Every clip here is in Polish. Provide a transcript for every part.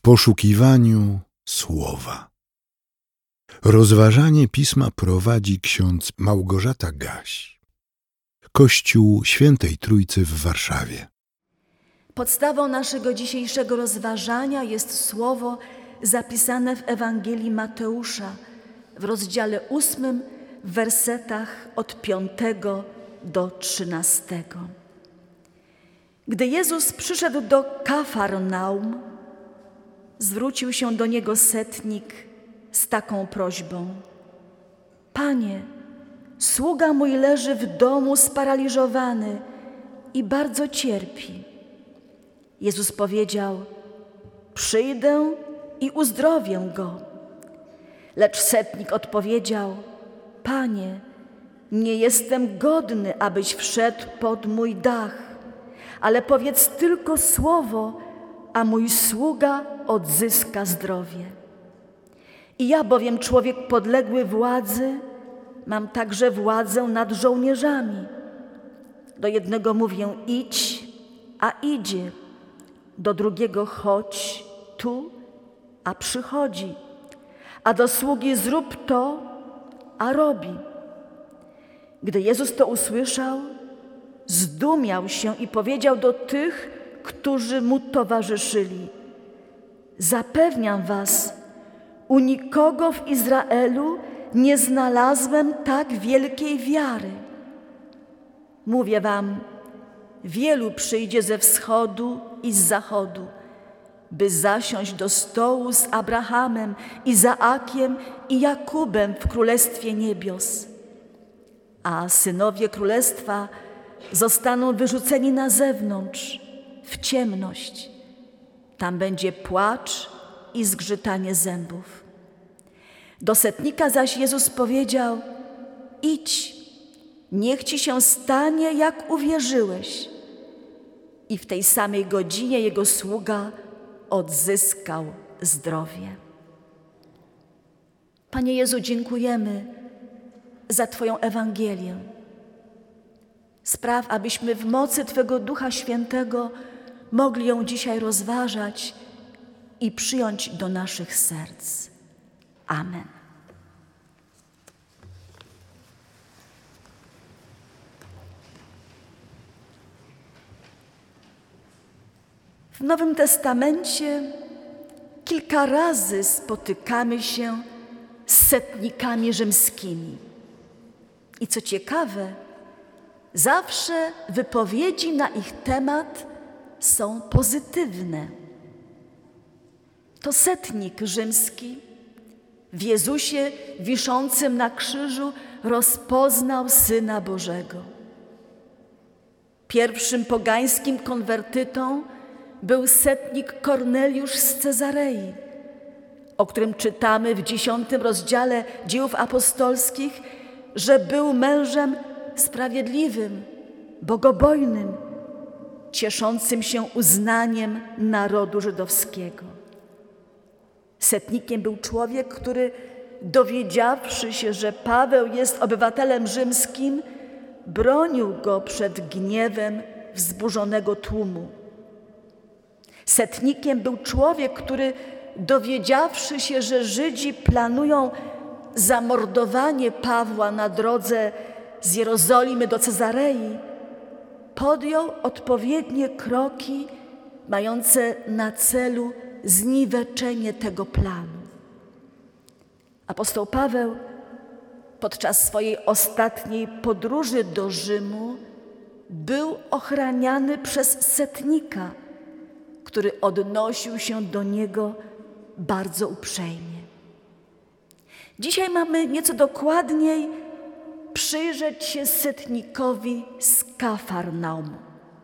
poszukiwaniu słowa. Rozważanie pisma prowadzi ksiądz Małgorzata Gaś. Kościół Świętej Trójcy w Warszawie. Podstawą naszego dzisiejszego rozważania jest słowo zapisane w Ewangelii Mateusza w rozdziale 8, w wersetach od 5 do 13. Gdy Jezus przyszedł do Kafarnaum, zwrócił się do Niego setnik z taką prośbą: Panie, sługa mój leży w domu sparaliżowany i bardzo cierpi. Jezus powiedział: Przyjdę i uzdrowię go. Lecz setnik odpowiedział: Panie, nie jestem godny, abyś wszedł pod mój dach, ale powiedz tylko słowo, a mój sługa odzyska zdrowie. I ja bowiem, człowiek podległy władzy, mam także władzę nad żołnierzami. Do jednego mówię: idź, a idzie. Do drugiego: chodź tu, a przychodzi. A do sługi: zrób to, a robi. Gdy Jezus to usłyszał, zdumiał się i powiedział do tych, którzy mu towarzyszyli: Zapewniam was, u nikogo w Izraelu nie znalazłem tak wielkiej wiary. Mówię wam, wielu przyjdzie ze wschodu i z zachodu, by zasiąść do stołu z Abrahamem, Izaakiem i Jakubem w Królestwie Niebios. A synowie Królestwa zostaną wyrzuceni na zewnątrz, w ciemność. Tam będzie płacz i zgrzytanie zębów. Do setnika zaś Jezus powiedział: idź, niech ci się stanie, jak uwierzyłeś. I w tej samej godzinie jego sługa odzyskał zdrowie. Panie Jezu, dziękujemy za Twoją Ewangelię. Spraw, abyśmy w mocy Twego Ducha Świętego mogli ją dzisiaj rozważać i przyjąć do naszych serc. Amen. W Nowym Testamencie kilka razy spotykamy się z setnikami rzymskimi. I co ciekawe, zawsze wypowiedzi na ich temat są pozytywne. To setnik rzymski w Jezusie wiszącym na krzyżu rozpoznał Syna Bożego. Pierwszym pogańskim konwertytą był setnik Korneliusz z Cezarei, o którym czytamy w 10 rozdziale Dziejów Apostolskich, że był mężem sprawiedliwym, bogobojnym, cieszącym się uznaniem narodu żydowskiego. Setnikiem był człowiek, który, dowiedziawszy się, że Paweł jest obywatelem rzymskim, bronił go przed gniewem wzburzonego tłumu. Setnikiem był człowiek, który, dowiedziawszy się, że Żydzi planują zamordowanie Pawła na drodze z Jerozolimy do Cezarei, podjął odpowiednie kroki mające na celu zniweczenie tego planu. Apostoł Paweł podczas swojej ostatniej podróży do Rzymu był ochraniany przez setnika, który odnosił się do niego bardzo uprzejmie. Dzisiaj mamy nieco dokładniej przyjrzeć się setnikowi z Kafarnaum.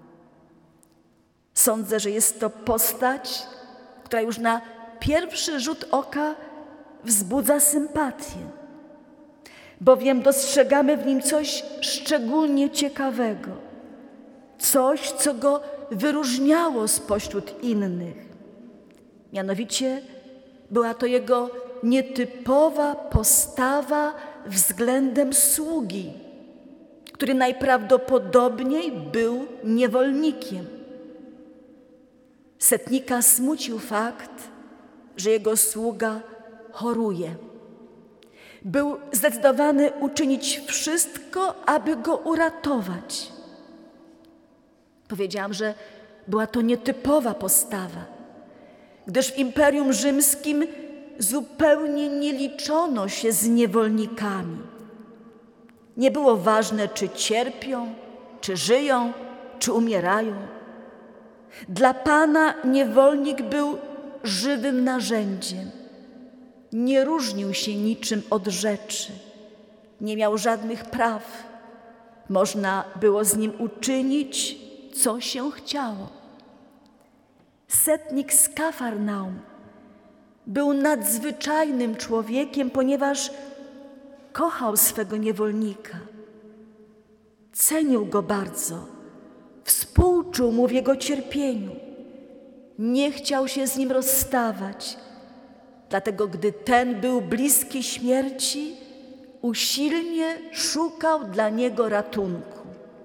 Sądzę, że jest to postać, która już na pierwszy rzut oka wzbudza sympatię, bowiem dostrzegamy w nim coś szczególnie ciekawego, coś, co go wyróżniało spośród innych. Mianowicie była to jego nietypowa postawa względem sługi, który najprawdopodobniej był niewolnikiem. Setnika smucił fakt, że jego sługa choruje. Był zdecydowany uczynić wszystko, aby go uratować. Powiedziałam, że była to nietypowa postawa, gdyż w Imperium Rzymskim zupełnie nie liczono się z niewolnikami. Nie było ważne, czy cierpią, czy żyją, czy umierają. Dla Pana niewolnik był żywym narzędziem. Nie różnił się niczym od rzeczy. Nie miał żadnych praw. Można było z nim uczynić, co się chciało. Setnik z Kafarnaum był nadzwyczajnym człowiekiem, ponieważ kochał swego niewolnika. Cenił go bardzo, współczuł mu w jego cierpieniu. Nie chciał się z nim rozstawać, dlatego gdy ten był bliski śmierci, usilnie szukał dla niego ratunku.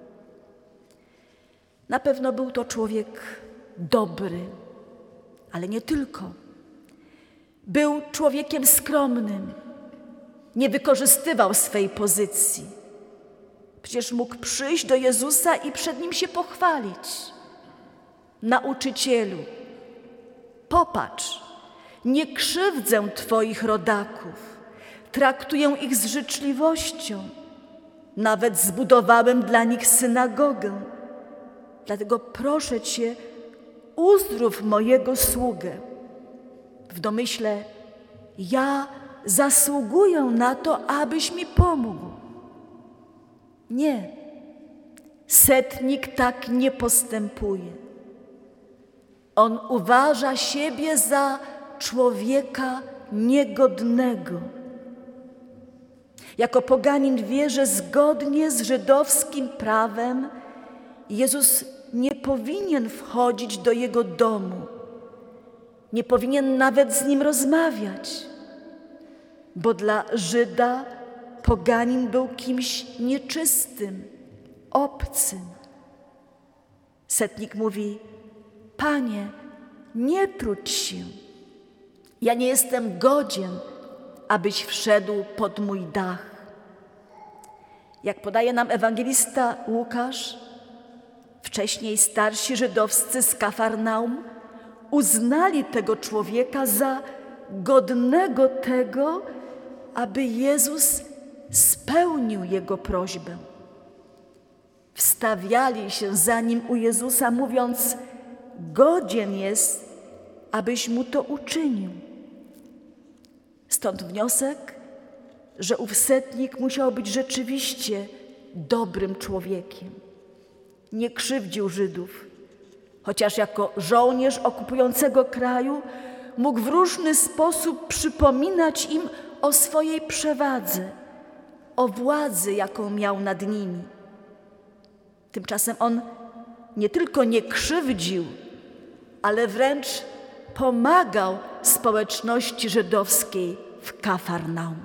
Na pewno był to człowiek dobry, ale nie tylko. Był człowiekiem skromnym, nie wykorzystywał swej pozycji. Przecież mógł przyjść do Jezusa i przed Nim się pochwalić. Nauczycielu, popatrz, nie krzywdzę Twoich rodaków, traktuję ich z życzliwością. Nawet zbudowałem dla nich synagogę. Dlatego proszę Cię, uzdrów mojego sługę. W domyśle, ja zasługuję na to, abyś mi pomógł. Nie, setnik tak nie postępuje. On uważa siebie za człowieka niegodnego. Jako poganin wie, że zgodnie z żydowskim prawem Jezus nie powinien wchodzić do jego domu, nie powinien nawet z nim rozmawiać, bo dla Żyda poganin był kimś nieczystym, obcym. Setnik mówi: Panie, nie trudź się, ja nie jestem godzien, abyś wszedł pod mój dach. Jak podaje nam ewangelista Łukasz, wcześniej starsi żydowscy z Kafarnaum uznali tego człowieka za godnego tego, aby Jezus spełnił jego prośbę. Wstawiali się za nim u Jezusa, mówiąc: godzien jest, abyś mu to uczynił. Stąd wniosek, że ów setnik musiał być rzeczywiście dobrym człowiekiem. Nie krzywdził Żydów, chociaż jako żołnierz okupującego kraju mógł w różny sposób przypominać im o swojej przewadze, o władzy, jaką miał nad nimi. Tymczasem on nie tylko nie krzywdził, ale wręcz pomagał społeczności żydowskiej w Kafarnaum.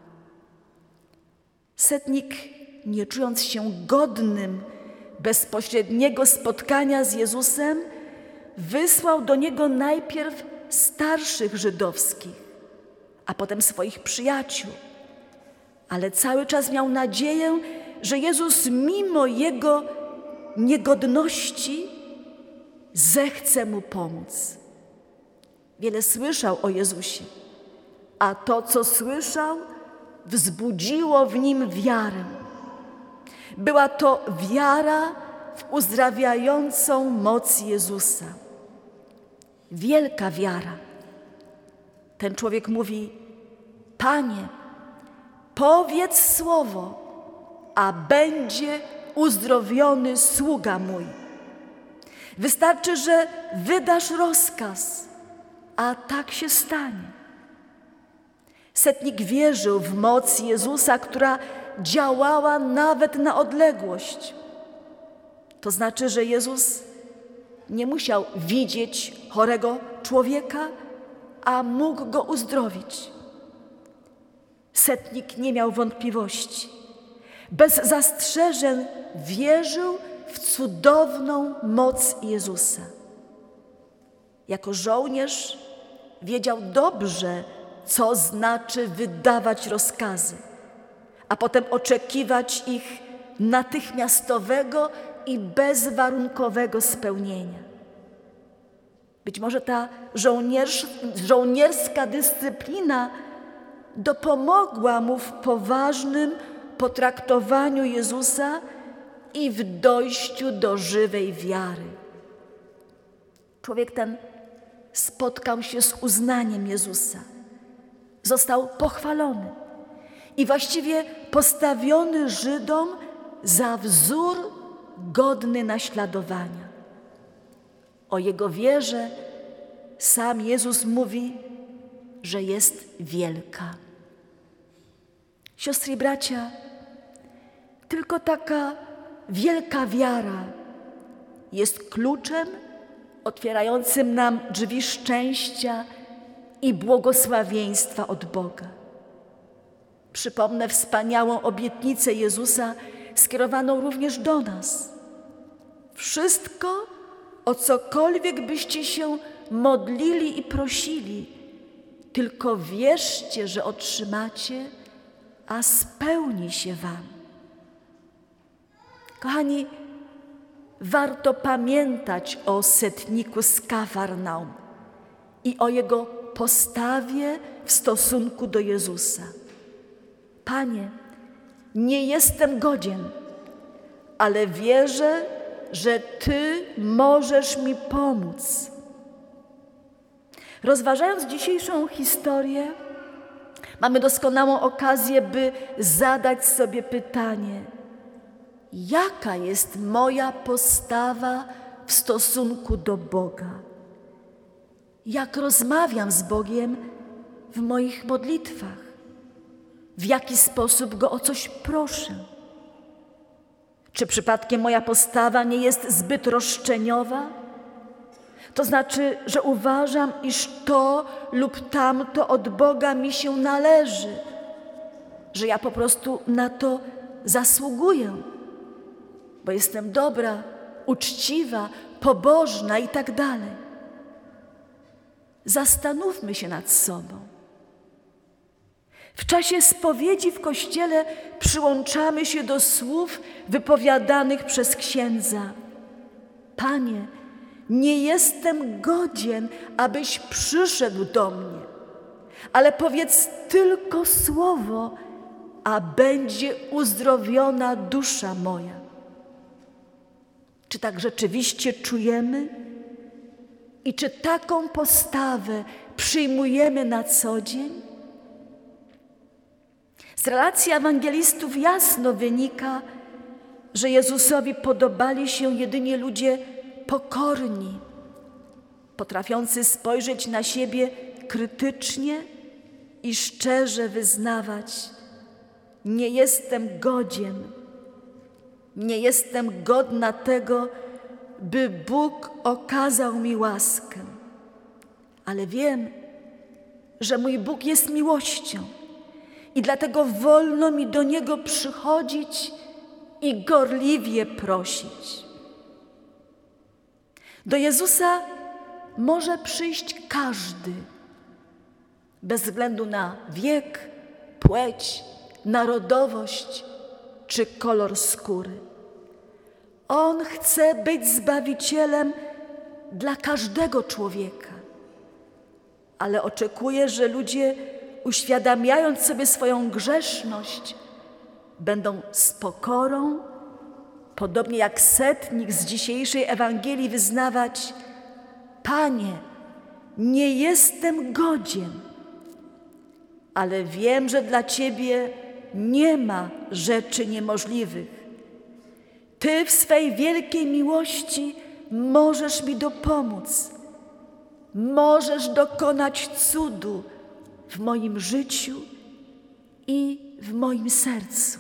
Setnik, nie czując się godnym bezpośredniego spotkania z Jezusem, wysłał do niego najpierw starszych żydowskich, a potem swoich przyjaciół. Ale cały czas miał nadzieję, że Jezus mimo jego niegodności zechce mu pomóc. Wiele słyszał o Jezusie, a to, co słyszał, wzbudziło w nim wiarę. Była to wiara w uzdrawiającą moc Jezusa. Wielka wiara. Ten człowiek mówi: Panie, powiedz słowo, a będzie uzdrowiony sługa mój. Wystarczy, że wydasz rozkaz, a tak się stanie. Setnik wierzył w moc Jezusa, która działała nawet na odległość. To znaczy, że Jezus nie musiał widzieć chorego człowieka, a mógł go uzdrowić. Setnik nie miał wątpliwości. Bez zastrzeżeń wierzył w cudowną moc Jezusa. Jako żołnierz wiedział dobrze, co znaczy wydawać rozkazy, a potem oczekiwać ich natychmiastowego i bezwarunkowego spełnienia. Być może ta żołnierska dyscyplina dopomogła mu w poważnym potraktowaniu Jezusa i w dojściu do żywej wiary. Człowiek ten spotkał się z uznaniem Jezusa, został pochwalony i właściwie postawiony Żydom za wzór godny naśladowania. O jego wierze sam Jezus mówi, że jest wielka. Siostry i bracia, tylko taka wielka wiara jest kluczem otwierającym nam drzwi szczęścia i błogosławieństwa od Boga. Przypomnę wspaniałą obietnicę Jezusa skierowaną również do nas. Wszystko, o cokolwiek byście się modlili i prosili, tylko wierzcie, że otrzymacie, a spełni się wam. Kochani, warto pamiętać o setniku z Kafarnaum i o jego postawie w stosunku do Jezusa. Panie, nie jestem godzien, ale wierzę, że Ty możesz mi pomóc. Rozważając dzisiejszą historię, mamy doskonałą okazję, by zadać sobie pytanie: jaka jest moja postawa w stosunku do Boga? Jak rozmawiam z Bogiem w moich modlitwach? W jaki sposób Go o coś proszę? Czy przypadkiem moja postawa nie jest zbyt roszczeniowa? To znaczy, że uważam, iż to lub tamto od Boga mi się należy, że ja po prostu na to zasługuję, bo jestem dobra, uczciwa, pobożna i tak dalej. Zastanówmy się nad sobą. W czasie spowiedzi w kościele przyłączamy się do słów wypowiadanych przez księdza. Panie, nie jestem godzien, abyś przyszedł do mnie, ale powiedz tylko słowo, a będzie uzdrowiona dusza moja. Czy tak rzeczywiście czujemy? I czy taką postawę przyjmujemy na co dzień? Z relacji ewangelistów jasno wynika, że Jezusowi podobali się jedynie ludzie pokorni, potrafiący spojrzeć na siebie krytycznie i szczerze wyznawać: nie jestem godzien, nie jestem godna tego, by Bóg okazał mi łaskę, ale wiem, że mój Bóg jest miłością i dlatego wolno mi do Niego przychodzić i gorliwie prosić. Do Jezusa może przyjść każdy, bez względu na wiek, płeć, narodowość czy kolor skóry. On chce być Zbawicielem dla każdego człowieka, ale oczekuje, że ludzie, uświadamiając sobie swoją grzeszność, będą z pokorą, podobnie jak setnik z dzisiejszej Ewangelii, wyznawać: Panie, nie jestem godzien, ale wiem, że dla Ciebie nie ma rzeczy niemożliwych. Ty w swej wielkiej miłości możesz mi dopomóc. Możesz dokonać cudu w moim życiu i w moim sercu.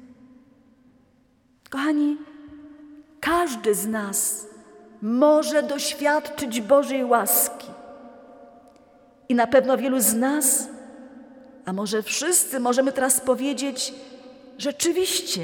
Kochani, każdy z nas może doświadczyć Bożej łaski. I na pewno wielu z nas, a może wszyscy, możemy teraz powiedzieć: rzeczywiście,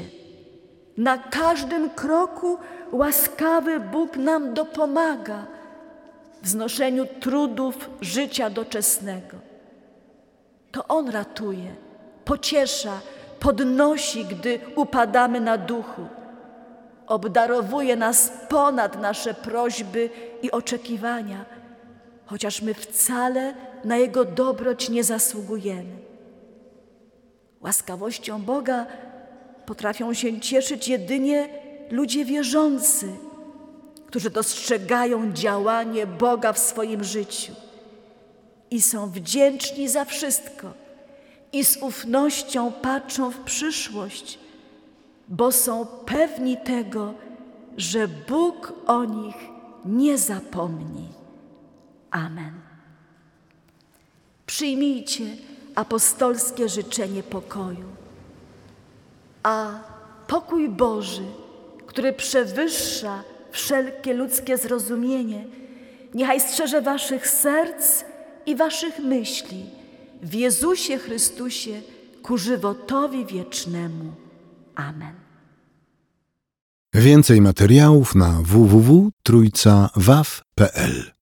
na każdym kroku łaskawy Bóg nam dopomaga, w znoszeniu trudów życia doczesnego. To On ratuje, pociesza, podnosi, gdy upadamy na duchu. Obdarowuje nas ponad nasze prośby i oczekiwania, chociaż my wcale na Jego dobroć nie zasługujemy. Łaskawością Boga potrafią się cieszyć jedynie ludzie wierzący, którzy dostrzegają działanie Boga w swoim życiu i są wdzięczni za wszystko i z ufnością patrzą w przyszłość, bo są pewni tego, że Bóg o nich nie zapomni. Amen. Przyjmijcie apostolskie życzenie pokoju. A pokój Boży, który przewyższa wszelkie ludzkie zrozumienie, niechaj strzeże waszych serc i waszych myśli w Jezusie Chrystusie ku żywotowi wiecznemu. Amen. Więcej materiałów na www.trójcawaw.pl